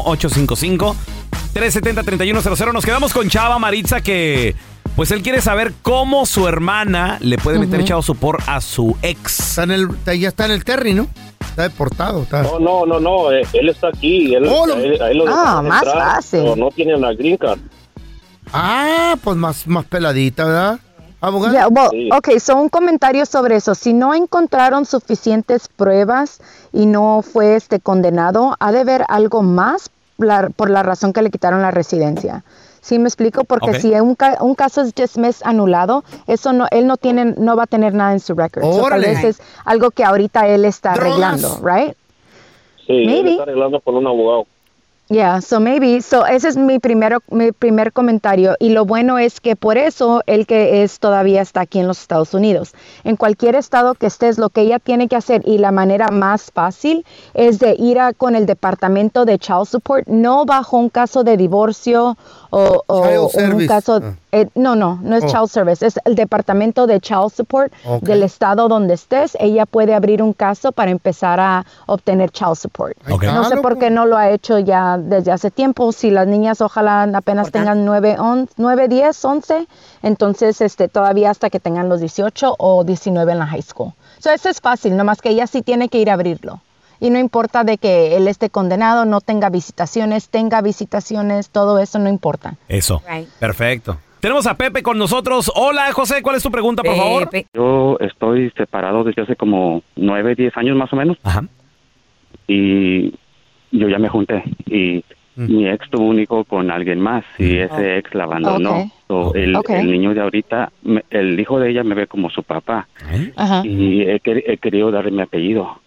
1-855-370-3100. Nos quedamos con Chava, Maritza, que pues él quiere saber cómo su hermana le puede meter child support a su ex. Ya está en el Terry, ¿no? Está deportado. No. Él está aquí. Él lo dejaron más entrar, fácil. pero no tiene la green card. Pues más peladita, ¿verdad? Abogado. Yeah, ok, so un comentario sobre eso. Si no encontraron suficientes pruebas y no fue condenado, ha de haber algo más por la razón que le quitaron la residencia. ¿Sí me explico? Porque si un caso es dismissed, anulado, eso él no va a tener nada en su record. So, tal vez es algo que ahorita él está arreglando, right? Sí, él está arreglando con un abogado. Yeah, ese es mi primer comentario, y lo bueno es que por eso él todavía está aquí en los Estados Unidos. En cualquier estado que estés, lo que ella tiene que hacer, y la manera más fácil, es de ir con el departamento de Child Support, no bajo un caso de divorcio o un caso... no es Child Service, es el departamento de Child Support del estado donde estés. Ella puede abrir un caso para empezar a obtener Child Support. No sé por qué no lo ha hecho ya desde hace tiempo. Si las niñas ojalá apenas tengan 9, 10, 11, entonces todavía hasta que tengan los 18 o 19 en la high school. Eso es fácil, nomás que ella sí tiene que ir a abrirlo. Y no importa de que él esté condenado, no tenga visitaciones, todo eso no importa. Eso, perfecto. Tenemos a Pepe con nosotros. Hola, José, ¿cuál es tu pregunta, por favor? Yo estoy separado desde hace como 9, 10 años más o menos. Ajá. Y yo ya me junté. Y mi ex tuvo un hijo con alguien más y ese ex la abandonó. El niño de ahorita, el hijo de ella me ve como su papá. Ajá. Y he querido darle mi apellido.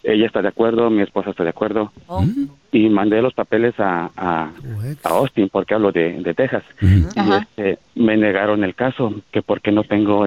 ella está de acuerdo, mi esposa está de acuerdo. Y mandé los papeles a Austin, porque hablo de Texas. Y me negaron el caso, que porque no tengo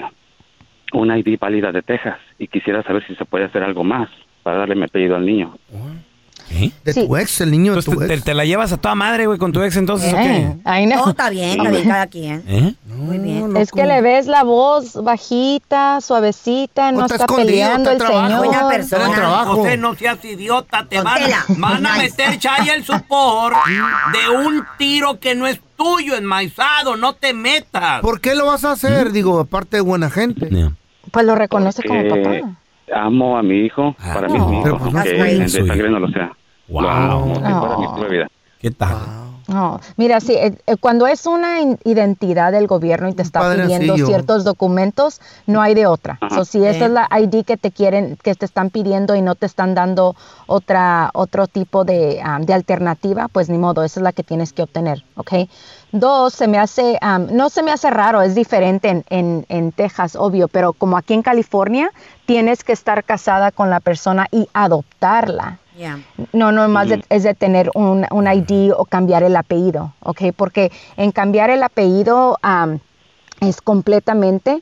una ID válida de Texas, y quisiera saber si se puede hacer algo más para darle mi apellido al niño. ¿De tu ex, el niño de tu ex? ¿Te la llevas a toda madre, güey, con tu ex entonces o qué? Ay, no. No, está bien, cada quien. Muy bien. Es que le ves la voz bajita, suavecita, no está peleando el señor. Buena persona. José, no seas idiota, te van a meter Child Support de un tiro que no es tuyo, enmaizado, no te metas. ¿Por qué lo vas a hacer? Digo, aparte de buena gente. Pues lo reconoce como papá. Amo a mi hijo, para mí es mi hijo, aunque de sangre no lo sea. Wow. Lo amo como si fuera mi propia vida. ¿Qué tal? No, mira, sí, cuando es una identidad del gobierno y te está pidiendo ciertos documentos, no hay de otra. So, si esa es la ID que te están pidiendo y no te están dando otro tipo de alternativa, pues ni modo, esa es la que tienes que obtener, ¿ok? 2, no se me hace raro, es diferente en Texas, obvio, pero como aquí en California, tienes que estar casada con la persona y adoptarla. Yeah. No más es de tener un ID o cambiar el apellido, ¿ok? Porque en cambiar el apellido es completamente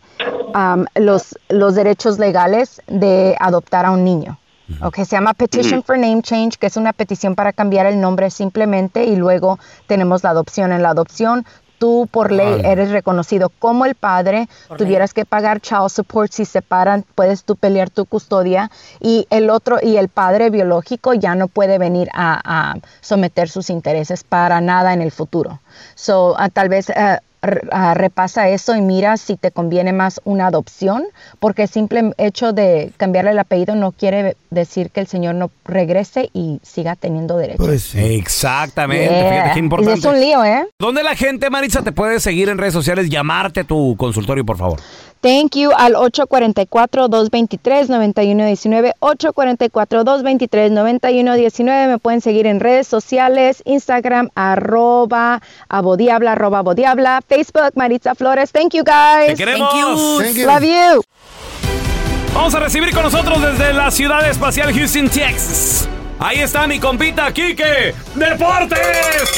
los derechos legales de adoptar a un niño. Okay, se llama Petition for Name Change, que es una petición para cambiar el nombre simplemente, y luego tenemos la adopción. En la adopción, tú por ley eres reconocido como el padre, tuvieras que pagar child support, si separan, puedes tú pelear tu custodia, y el padre biológico ya no puede venir a someter sus intereses para nada en el futuro. So, tal vez repasa eso y mira si te conviene más una adopción, porque el simple hecho de cambiarle el apellido no quiere decir que el señor no regrese y siga teniendo derechos. Pues, exactamente, fíjate qué importante. Es un lío, ¿eh? ¿Dónde la gente, Maritza, te puede seguir en redes sociales, llamarte a tu consultorio, por favor? Thank you al 844-223-9119, 844-223-9119. Me pueden seguir en redes sociales, Instagram, @abodiabla, Facebook, Maritza Flores. Thank you, guys. Te queremos. Thank you. Love you. Vamos a recibir con nosotros desde la ciudad espacial Houston, Texas. Ahí está mi compita, Quique Deportes.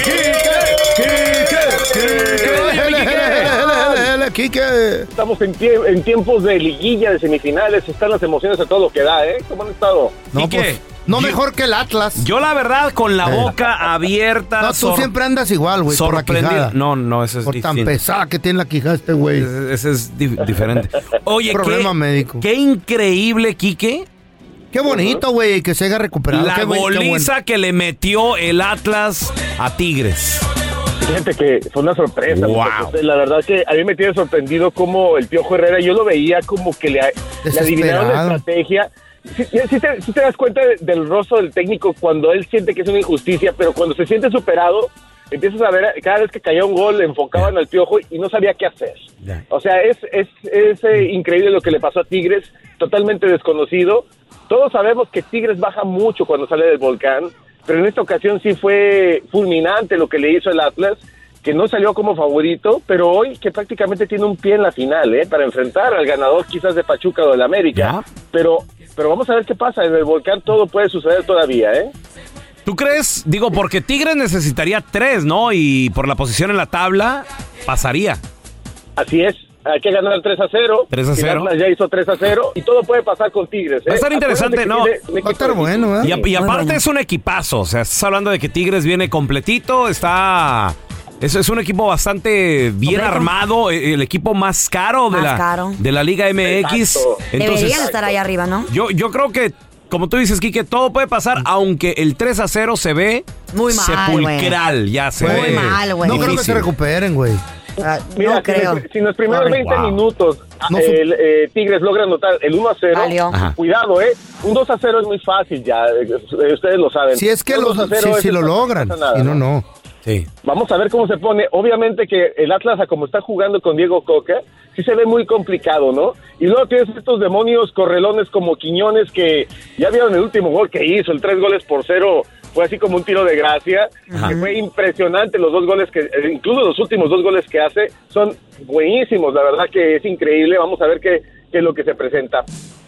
Quique. Estamos en tiempos de liguilla, de semifinales, están las emociones a todo lo que da, ¿eh? ¿Cómo han estado? No, pues, mejor que el Atlas. Yo la verdad, con la boca abierta. No, tú siempre andas igual, güey, por la quijada. No, eso es por distinto. tan pesada que tiene la quijada este güey. Ese es diferente. Oye, problema médico. Qué increíble, Quique. Qué bonito, güey, que se haya recuperado. La goliza que le metió el Atlas a Tigres. Fíjate que fue una sorpresa. Wow. La verdad que a mí me tiene sorprendido cómo el Piojo Herrera, yo lo veía como que le adivinaron la estrategia. Sí te das cuenta del rostro del técnico cuando él siente que es una injusticia, pero cuando se siente superado, empiezas a ver, cada vez que caía un gol, le enfocaban al Piojo y no sabía qué hacer. O sea, es increíble lo que le pasó a Tigres, totalmente desconocido. Todos sabemos que Tigres baja mucho cuando sale del volcán, pero en esta ocasión sí fue fulminante lo que le hizo el Atlas, que no salió como favorito, pero hoy que prácticamente tiene un pie en la final, para enfrentar al ganador quizás de Pachuca o del América. Pero vamos a ver qué pasa, en el volcán todo puede suceder todavía, ¿Tú crees? Digo, porque Tigres necesitaría 3, ¿no? Y por la posición en la tabla, pasaría. Así es. Hay que ganar 3-0. 3-0. Ya hizo 3-0 y todo puede pasar con Tigres. Va a estar interesante, ¿no? Va a estar bueno, ¿eh? Y aparte es un equipazo. O sea, estás hablando de que Tigres viene completito. Es un equipo bastante bien armado. El equipo más caro de la Liga MX. Entonces, deberían estar ahí arriba, ¿no? Yo creo que, como tú dices, Quique, todo puede pasar, aunque el 3-0 se ve muy mal, sepulcral. Wey. Ya se muy ve mal, güey. No creo que se recuperen, güey. Mira, no creo. Si en los primeros 20 minutos Tigres logra anotar el 1-0, cuidado, un 2-0 es muy fácil ya, ustedes lo saben. Si es que si lo logran, si no. Sí. Vamos a ver cómo se pone. Obviamente que el Atlas, como está jugando con Diego Coca, sí se ve muy complicado, ¿no? Y luego tienes estos demonios correlones como Quiñones, que ya vieron el último gol que hizo, el 3-0, fue así como un tiro de gracia, que fue impresionante los 2 goles incluso los últimos 2 goles que hace, son buenísimos, la verdad que es increíble. Vamos a ver qué es lo que se presenta.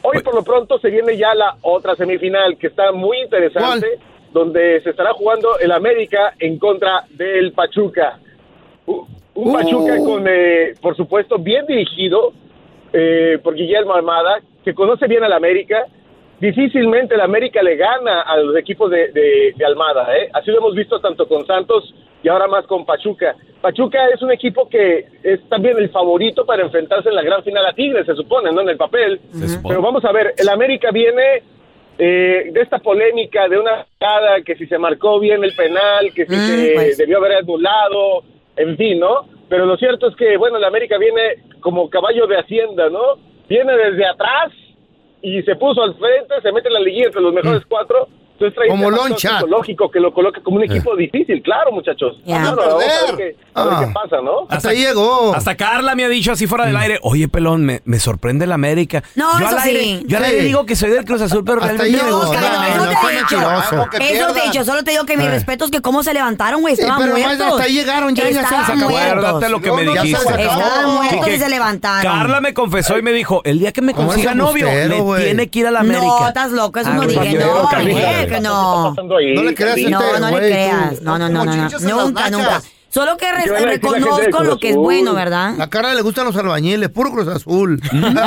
Hoy por lo pronto se viene ya la otra semifinal que está muy interesante, donde se estará jugando el América en contra del Pachuca. Un Pachuca con, por supuesto, bien dirigido por Guillermo Almada, que conoce bien al América. Difícilmente el América le gana a los equipos de Almada, Así lo hemos visto tanto con Santos y ahora más con Pachuca. Pachuca es un equipo que es también el favorito para enfrentarse en la gran final a Tigres, se supone, ¿no? En el papel. Pero vamos a ver, el América viene de esta polémica de una jugada, que si se marcó bien el penal, que si se debió haber anulado, en fin, ¿no? Pero lo cierto es que, bueno, el América viene como caballo de Hacienda, ¿no? Viene desde atrás y se puso al frente, se mete en la liguilla entre los mejores 4. Entonces trae como loncha lógico que lo coloque como un equipo difícil, claro, muchos. Vamos a ver qué pasa, ¿no? Hasta ahí llegó. Hasta Carla me ha dicho así fuera del aire, oye, pelón, me sorprende el América. No, yo eso yo al aire digo que soy del Cruz Azul, pero hasta realmente me gusta. Eso te he dicho, solo te digo que mis respetos, que cómo se levantaron, güey, estaban muertos. Hasta ahí llegaron, ya se acabó. Acuérdate lo que me dijiste. Estaban muertos y se levantaron. Carla me confesó y me dijo, el día que me consiga novio, me tiene que ir a la América. No, estás loco, eso no dije, que no. No le creas no le creas. No. Nunca. Solo que reconozco lo que es bueno, ¿verdad? La cara le gustan los albañiles, puro Cruz Azul.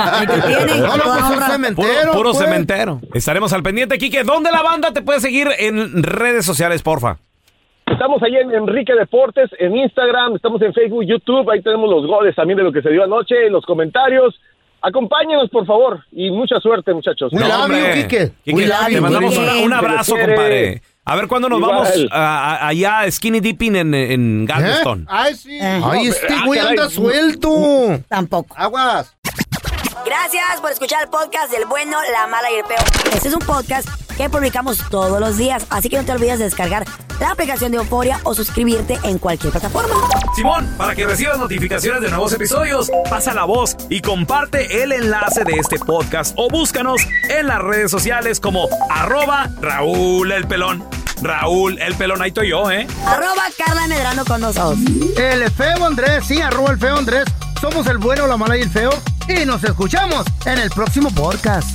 Puro cementero. Estaremos al pendiente, Quique. ¿Dónde la banda te puede seguir en redes sociales, porfa? Estamos ahí en Enrique Deportes, en Instagram, estamos en Facebook, YouTube, ahí tenemos los goles también de lo que se dio anoche, en los comentarios. Acompáñenos, por favor, y mucha suerte, muchachos. Un labio, Quique. Te mandamos un abrazo, compadre. A ver cuándo nos vamos allá a Skinny Dipping en Galveston. Ay, sí. Ay, este güey anda suelto. Tampoco. Aguas. Gracias por escuchar el podcast del bueno, la mala y el peor. Este es un podcast que publicamos todos los días, así que no te olvides de descargar la aplicación de Euforia o suscribirte en cualquier plataforma. Simón, para que recibas notificaciones de nuevos episodios, pasa la voz y comparte el enlace de este podcast o búscanos en las redes sociales como @Raúl el Pelón. Raúl el Pelón, ahí estoy yo, @Carla Medrano con nosotros. El feo Andrés, sí, @el feo Andrés. Somos el bueno, la mala y el feo. Y nos escuchamos en el próximo podcast.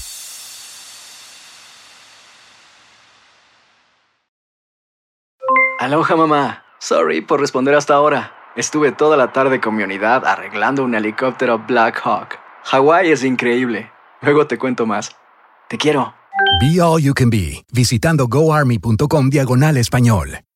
Aloha, mamá. Sorry por responder hasta ahora. Estuve toda la tarde con mi unidad arreglando un helicóptero Black Hawk. Hawái es increíble. Luego te cuento más. Te quiero. Be All You Can Be, visitando goarmy.com/español.